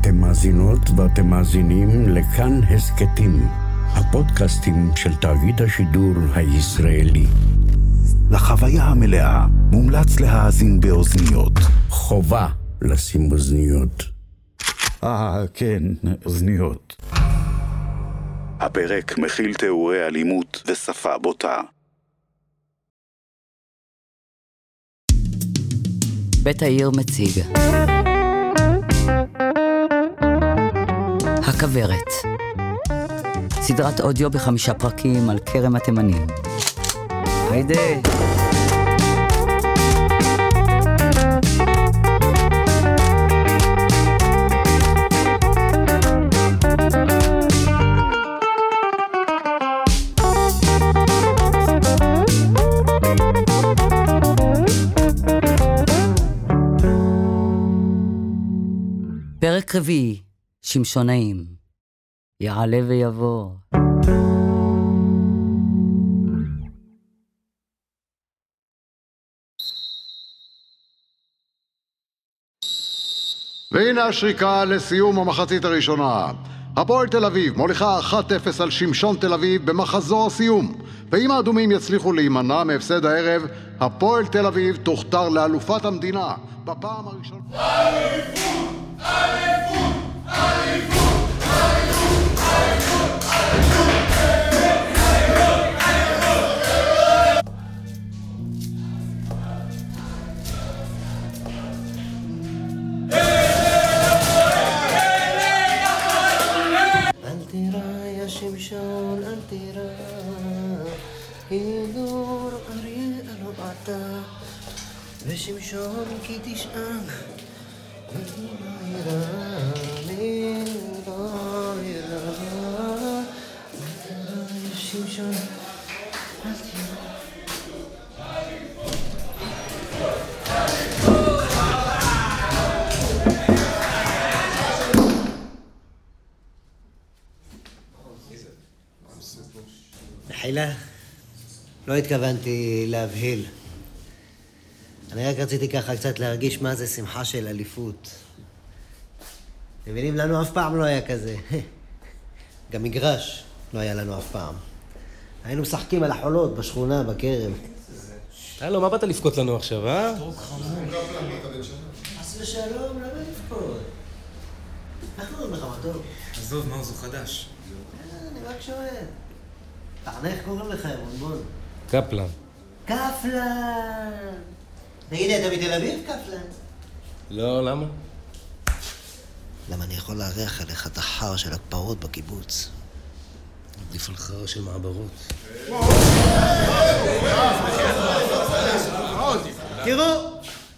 אתם מאזינות ואתם מאזינים לכאן הסקטים, הפודקאסטים של תאגיד השידור הישראלי. לחוויה המלאה מומלץ להאזין באוזניות. חובה לשים אוזניות. כן, אוזניות. הפרק מכיל תיאורי אלימות ושפה בוטה. בית העיר מציג הכוורת, סדרת אודיו ב5 פרקים על כרם התימנים. היידה. פרק רביעי, שמשונאים. יעלה ויבוא. והנה השריקה לסיום המחצית הראשונה. הפועל תל אביב מוליכה 1-0 על שמשון תל אביב במחזור הסיום. ואם האדומים יצליחו להימנע מהפסד הערב, הפועל תל אביב תוכתר לאלופת המדינה בפעם הראשונה. אליפות! אליפות! אליפות! שמשון אל תירא, הילור אריה לא עתה, ושמשון כי תשאג, אני לא ירא, אני לא ירא, שמשון אל תירא. מחילה, לא התכוונתי להבהיל. אני רק רציתי ככה קצת להרגיש מה זה שמחה של אליפות. אתם מבינים, לנו אף פעם לא היה כזה. גם מגרש לא היה לנו אף פעם. היינו משחקים על החולות בשכונה, בכרם. הלו, מה באת לפקוט לנו עכשיו, אה? חס ושלום, למה לפקוט? איך קוראים לך, מה טוב? עזוב, מה הוא חדש? אני רק שואל. תענה, איך קוראים לך, ירונבון? קפלן. קפלן! תגידי, אתה מתל אביב, קפלן? לא, למה? למה אני יכול להריח עליך את החר של הפרות בקיבוץ? עדיף על חר של מעברות. תראו!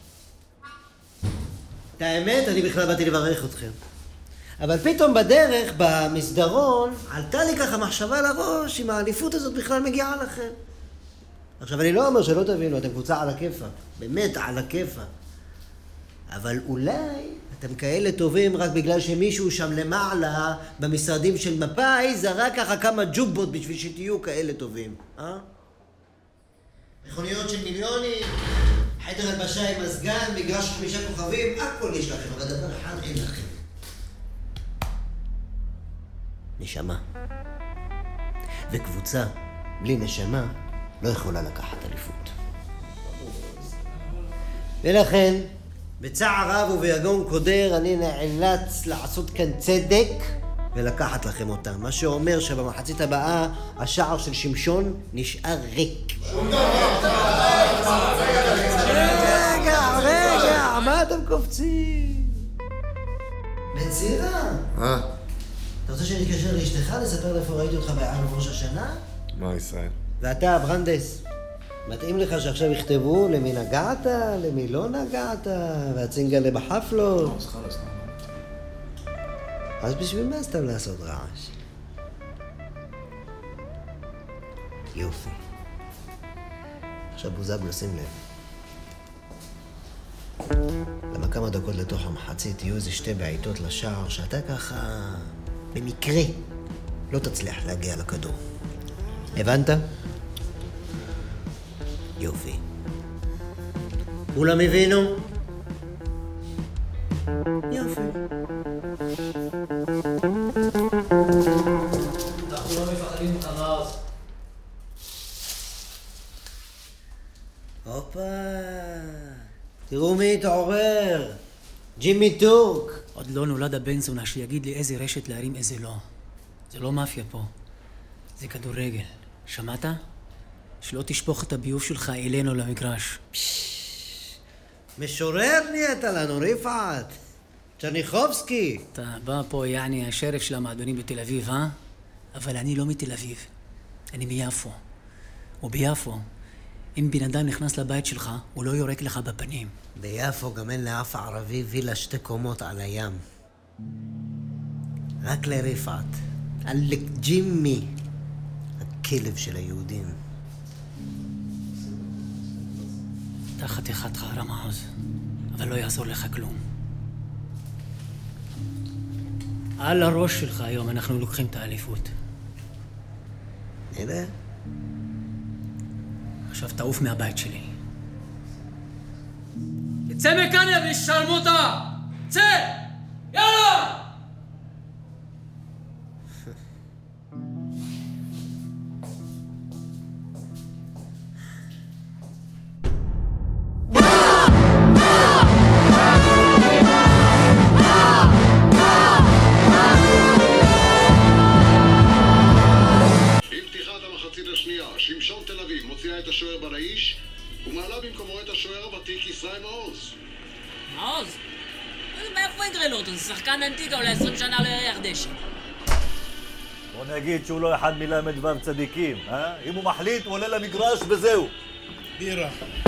את האמת, אני בכלל באתי לברך אתכם. אבל פתאום בדרך, במסדרון, עלתה לי ככה מחשבה לראש אם האליפות הזאת בכלל מגיעה לכם. עכשיו, אני לא אומר שלא תבינו, אתם קבוצה על הכיפה. באמת, על הכיפה. אבל אולי אתם כאלה טובים רק בגלל שמישהו שם למעלה, במשרדים של מפאי, זרק ככה כמה ג'וקבות בשביל שתהיו כאלה טובים. מכוניות של מיליונים, חדר הלבשה עם מזגן, מגרש 5 כוכבים, הכל יש לכם, אבל דבר אחד אין לכם. נשמה. וקבוצה בלי נשמה לא יכולה לקחת אליפות. ולכן, בצער רב וביגון קודר, אני נאלץ לעשות כאן צדק ולקחת לכם אותם. מה שאומר שבמחצית הבאה, השער של שמשון נשאר ריק. רגע, מה אתם קופצים? בצירה? אתה רוצה שאני אתקשר לאשתך לספר איפה ראיתי אותך בערב ראש השנה? מה ישראל? ואתה, ברנדס, מתאים לך שעכשיו יכתבו למי נגעת, למי לא נגעת, והצינגלה בחפלות? אז בשביל מה סתם לעשות רעש? יופי. עכשיו בוזגלו, שים לב. למה כמה דקות לתוך המחצית יהיו איזה 2 בעיטות לשער שאתה ככה במקרה לא תצליח להגיע לכדור. הבנת? יופי. כולם הבינו? יופי. אנחנו לא מפחדים ממך, מעוז. הופה, תראו מי התעורר. ג'ימי טורק. עוד לא נולד הבן זונה שיגיד לי איזה רשת להרים איזה לא. זה לא מאפיה פה. זה כדורגל. שמעת? שלא תשפוך את הביוב שלך אלינו למגרש. משורר נהיית לנו, רפעת. צ'רניחובסקי. אתה בא פה יעני השרף של המועדונים בתל אביב, אה? אבל אני לא מתל אביב. אני מיפו. וביפו, אם בן אדם נכנס לבית שלך, הוא לא יורק לך בפנים. ביפו גם אין לאף ערבי וילה 2 קומות על הים. רק לרפעת. עלק ג'ימי. הכלב של היהודים. אתה חתיכת חרא, מעוז, אבל לא יעזור לך כלום. על הראש שלך היום אנחנו לוקחים את האליפות. נראה? עכשיו תעוף מהבית שלי. יצא מכאן יא בן שרמוטה! צא! יאללה! שמשון תל אביב מוציאה את השוער בלאיש ומעלה במקומו את השוער הוותיק ישראל מעוז. מעוז? מאיפה יגרלו אותו? זה שחקן אנטיקה, אולי 20 שנה לא ירח דשא. בוא נגיד שהוא לא אחד מלמד ו' צדיקים, אה? אם הוא מחליט, הוא עולה למגרש וזהו. בירה.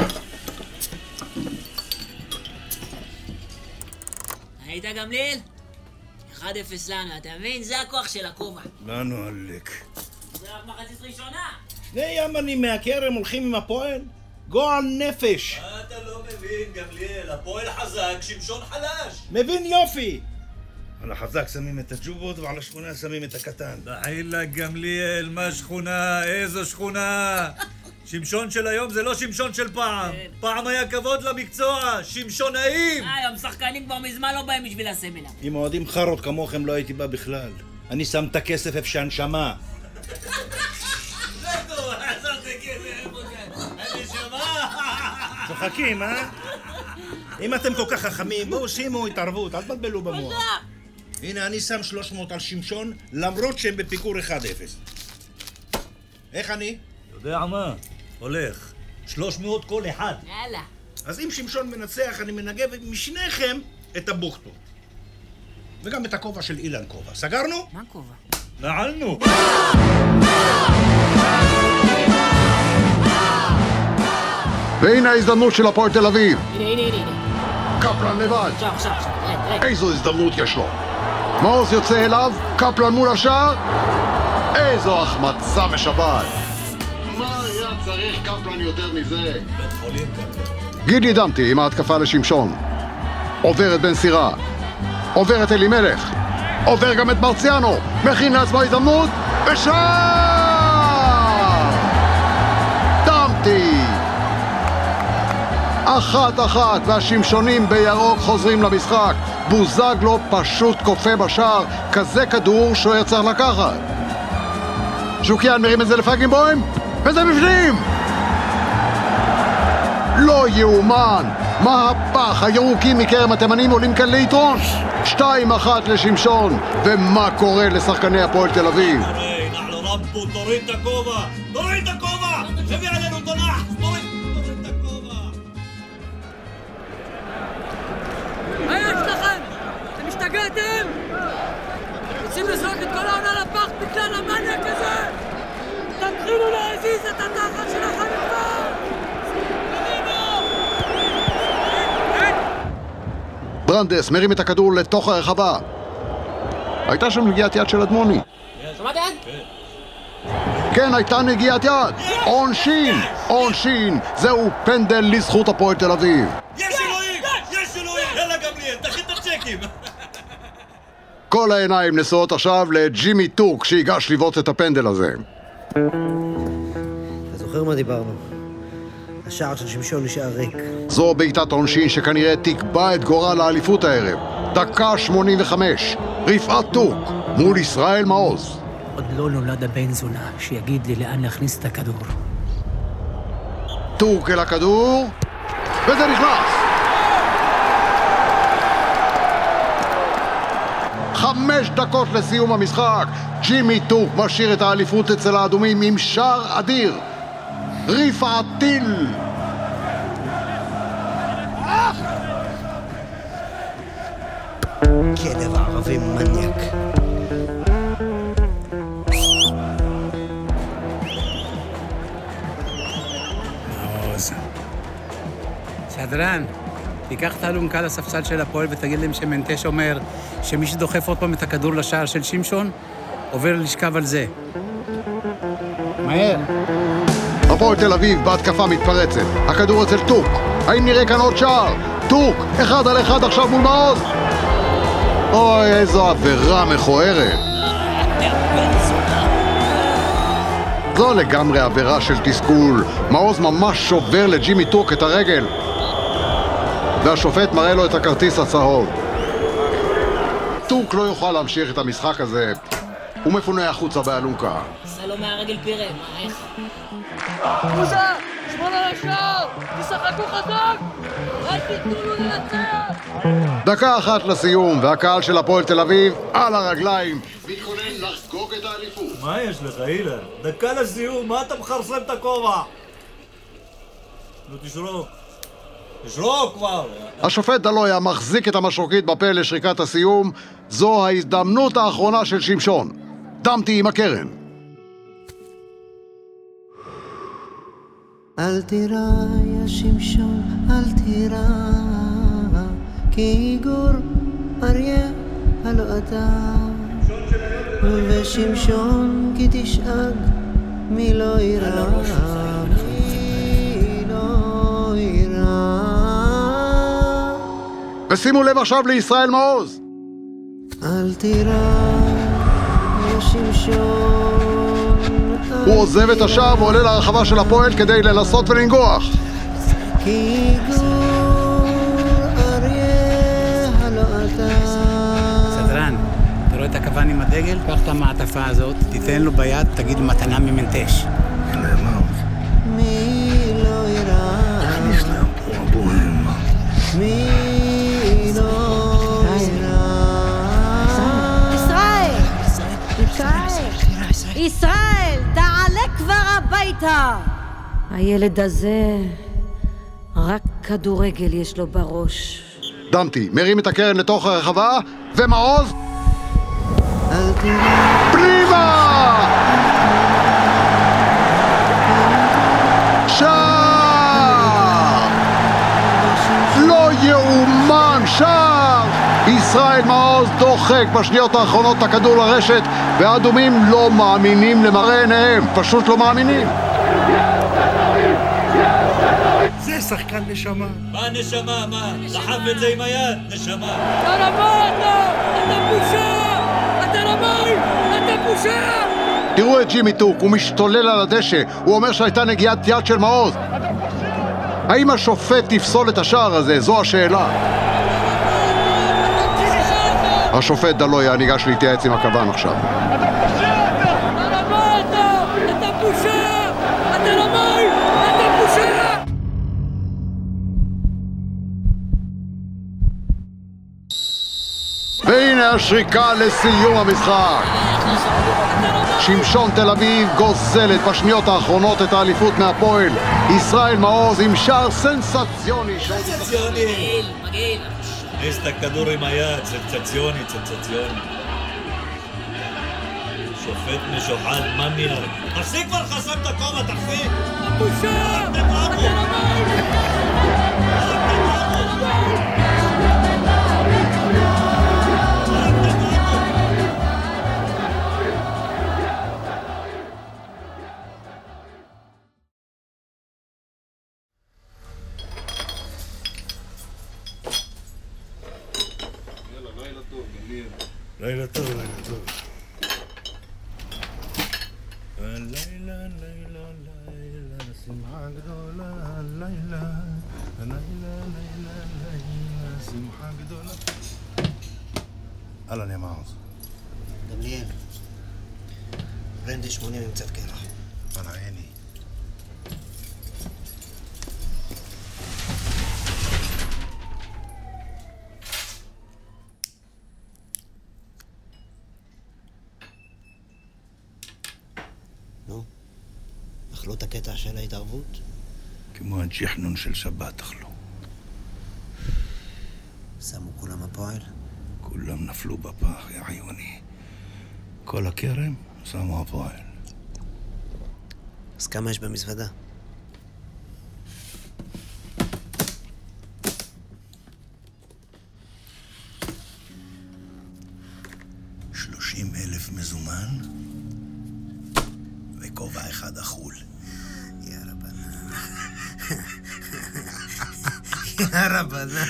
היית גמליאל? 1-0 לנו, אתה מבין? זה הכוח של הכובע. לנו עלק. זה רק מחצית ראשונה. 2 ימנים מהכרם הולכים עם הפועל? גועל נפש. מה אתה לא מבין, גמליאל? הפועל חזק, שמשון חלש. מבין יופי. על החזק שמים את הג'ובות ועל השכונה שמים את הקטן. דחילה גמליאל, מה שכונה? איזו שכונה? שמשון של היום זה לא שמשון של פעם. פעם היה כבוד למקצוע, שמשונאים. היום שחקנים כבר מזמן לא באים בשביל הסמלה. אם אוהדים חרות כמוכם לא הייתי בא בכלל. אני שם את הכסף איפה שהנשמה. צוחקים, אה? אם אתם כל כך חכמים, בואו שימו התערבות, אל תבלבלו במוח. הנה, אני שם 300 על שמשון, למרות שהם בפיגור 1-0. איך אני? יודע מה? הולך. 300 כל אחד. יאללה. אז אם שמשון מנצח, אני מנגב משניכם את הבוכטות. וגם את הכובע של אילן כובע. סגרנו? מה כובע? נעלנו. והנה ההזדמנות של הפועל תל אביב. הנה. קפלן לבד. עכשיו. איזו הזדמנות יש לו. מעוז יוצא אליו, קפלן מול השער. איזו החמצה משבת. מה היה צריך קפלן יותר מזה? בית חולים קפלן. גידי דמתי עם ההתקפה לשמשון. עוברת בן סירה. עוברת אלימלך. עובר גם את מרציאנו. מכין לעצמו הזדמנות. ושער! דמתי! 1-1 והשמשונים בירוק חוזרים למשחק. בוזגלו פשוט קופא בשער. כזה כדור שוער צריך לקחת. ז'וקיאן מרים את זה לפאגינבוים וזה בפנים! לא יאומן! מהפך! הירוקים מכרם התימנים עולים כאן ליתרון. 2-1 לשמשון. ומה קורה לשחקני הפועל תל אביב? נעלו רמפו, תוריד את הכובע! תוריד את הכובע! הביא עלינו תנח! תוריד את הכובע! מה יש לכם? אתם השתגעתם? רוצים לזרוק את כל העונה לפח בגלל המניאק הזה? תתחילו להזיז את התחת שלכם כבר! ברנדס מרים את הכדור לתוך הרחבה. הייתה שם נגיעת יד של אדמוני. שמעת יד? כן, הייתה נגיעת יד. עונשין. זהו פנדל לזכות הפועל תל אביב. יש אלוהים! יאללה גמליאל, תכין את הצ'קים! כל העיניים נשואות עכשיו לג'ימי טורק שיגש לבעוט את הפנדל הזה. אתה זוכר מה דיברנו? השער של שמשון נשאר ריק. זו בעיטת עונשין שכנראה תקבע את גורל האליפות הערב. דקה 85. רפעת טורק מול ישראל מעוז. עוד לא נולד הבן זונה שיגיד לי לאן להכניס את הכדור. טורק אל הכדור, וזה נכנס! 5 דקות לסיום המשחק. ג'ימי טורק משאיר את האליפות אצל האדומים עם שער אדיר. רפעת טיל. כלב ערבי מניאק. מעוז. סדרן, תיקח את האלונקה לספסל של הפועל ותגיד להם שמנטש אומר שמי שדוחף עוד פעם את הכדור לשער של שמשון עובר לשכב על זה. מהר. הפועל תל אביב בהתקפה מתפרצת. הכדור אצל טורק. האם נראה כאן עוד שער? טורק, 1 על 1 עכשיו מול מעוז. אוי, איזו עבירה מכוערת. זו לגמרי עבירה של תסכול. מעוז ממש שובר לג'ימי טורק את הרגל. והשופט מראה לו את הכרטיס הצהוב. טורק לא יוכל להמשיך את המשחק הזה. הוא מפונה החוצה באלונקה. עשה לו מהרגל פירה, מה איך? מוזה! שמור על השער! תשחקו חזק! אל תיתנו לו לנצח! דקה 1 לסיום, והקהל של הפועל תל אביב על הרגליים. מתכונן לחגוג את האליפות. מה יש לך, אילן? דקה לסיום, מה אתה מחרסם את הכובע? נו, תשרוק. תשרוק כבר! השופט דלויה מחזיק את המשרוקית בפה לשריקת הסיום. זו ההזדמנות האחרונה של שמשון. דמתי עם הקרן. אל תירא יא שמשון, אל תירא, כי גור אריה הלא אתה, ושמשון כי תשאג, מי לא ירא, מי לא ירא. ושימו לב עכשיו לישראל מעוז. אל תירא יא שמשון, הוא עוזב את השער ועולה לרחבה של הפועל כדי לנסות ולנגוח. כי גור אריה הלא אתה. סדרן, אתה רואה את הכוון עם הדגל? קח את המעטפה הזאת, תיתן לו ביד, תגיד מתנה ממנטש. מי לא ירא, מי לא ירא. ישראל, תעלה כבר הביתה! הילד הזה, רק כדורגל יש לו בראש. דמתי מרים את הקרן לתוך הרחבה, ומעוז אל תירא. פנימה! שער! לא יאומן, שער! ישראל מעוז דוחק בשניות האחרונות את הכדור לרשת, והאדומים לא מאמינים למראה עיניהם, פשוט לא מאמינים. זה שחקן נשמה. מה נשמה? מה? לחף את זה עם היד, נשמה. אתה רמה אתה! אתה בושה! אתה רמאי! אתה בושה! תראו את ג'ימי טורק, הוא משתולל על הדשא, הוא אומר שהייתה נגיעת יד של מעוז. האם השופט תפסול את השער הזה? זו השאלה. השופט דלויה ניגש להתייעץ עם הכוון עכשיו. והנה השריקה לסיום המשחק. שמשון תל אביב גוזלת בשניות האחרונות את האליפות מהפועל. ישראל מעוז עם שער סנסציוני. סנסציוני! הכניס את הכדור עם היד, סנסציוני. שופט משוחד, מניאק. תפסיק כבר, חסם את הכובע, תפסיק! בושה! לילה טוב. לילה, שמחה גדולה, לילה, שמחה גדולה. אהלן יא מעוז. גמליאל. ברנדי 80 עם קצת קרח. אהלן עיני. נו, אכלו את הקטע של ההתערבות? כמו הג'חנון של שבת אכלו. שמו כולם הפועל? כולם נפלו בפח, יא עיוני. כל הכרם שמו הפועל. אז כמה יש במזוודה? $30,000 מזומן וכובע אחד אכול. יא רבנן. יא רבנן.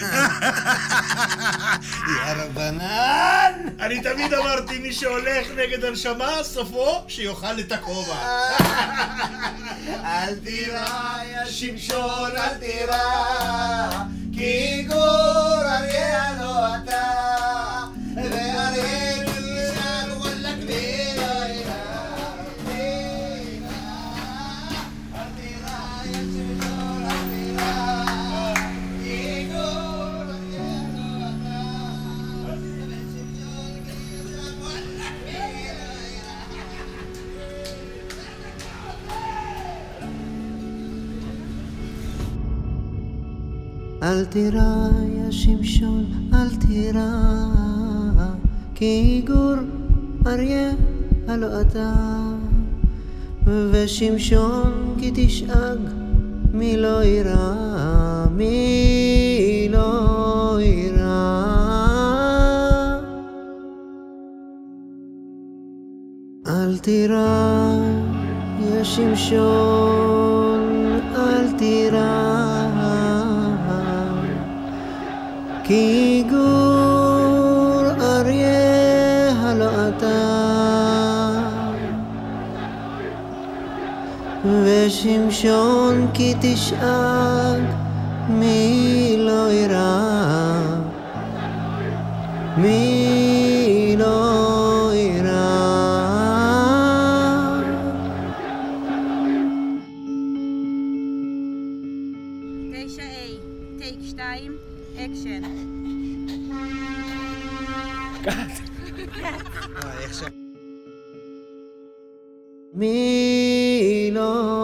יא רבנן. אני תמיד אמרתי, מי שהולך נגד הנשמה, סופו שיאכל את הכובע. אל תירא, יא שמשון, אל תירא, כי גור אריה לא אתה, ואריה נשאר וואלה כביר אירה. אל תירא, יא שמשון, אל תירא, כי גור אריה לא אתה, ושמשון נשאר וואלה כביר אירה. אל תירא, יא שמשון, אל תירא, כי גור אריה הלא אתה, ושמשון כי תשאג, מי לא ירא, מי לא ירא. אל תירא, יא שמשון, אל תירא, כי גור אריה הלא אתה, ושמשון כי תשאג, מי לא ירא, מי לא ירא. טייק 2, אקשן. מי לא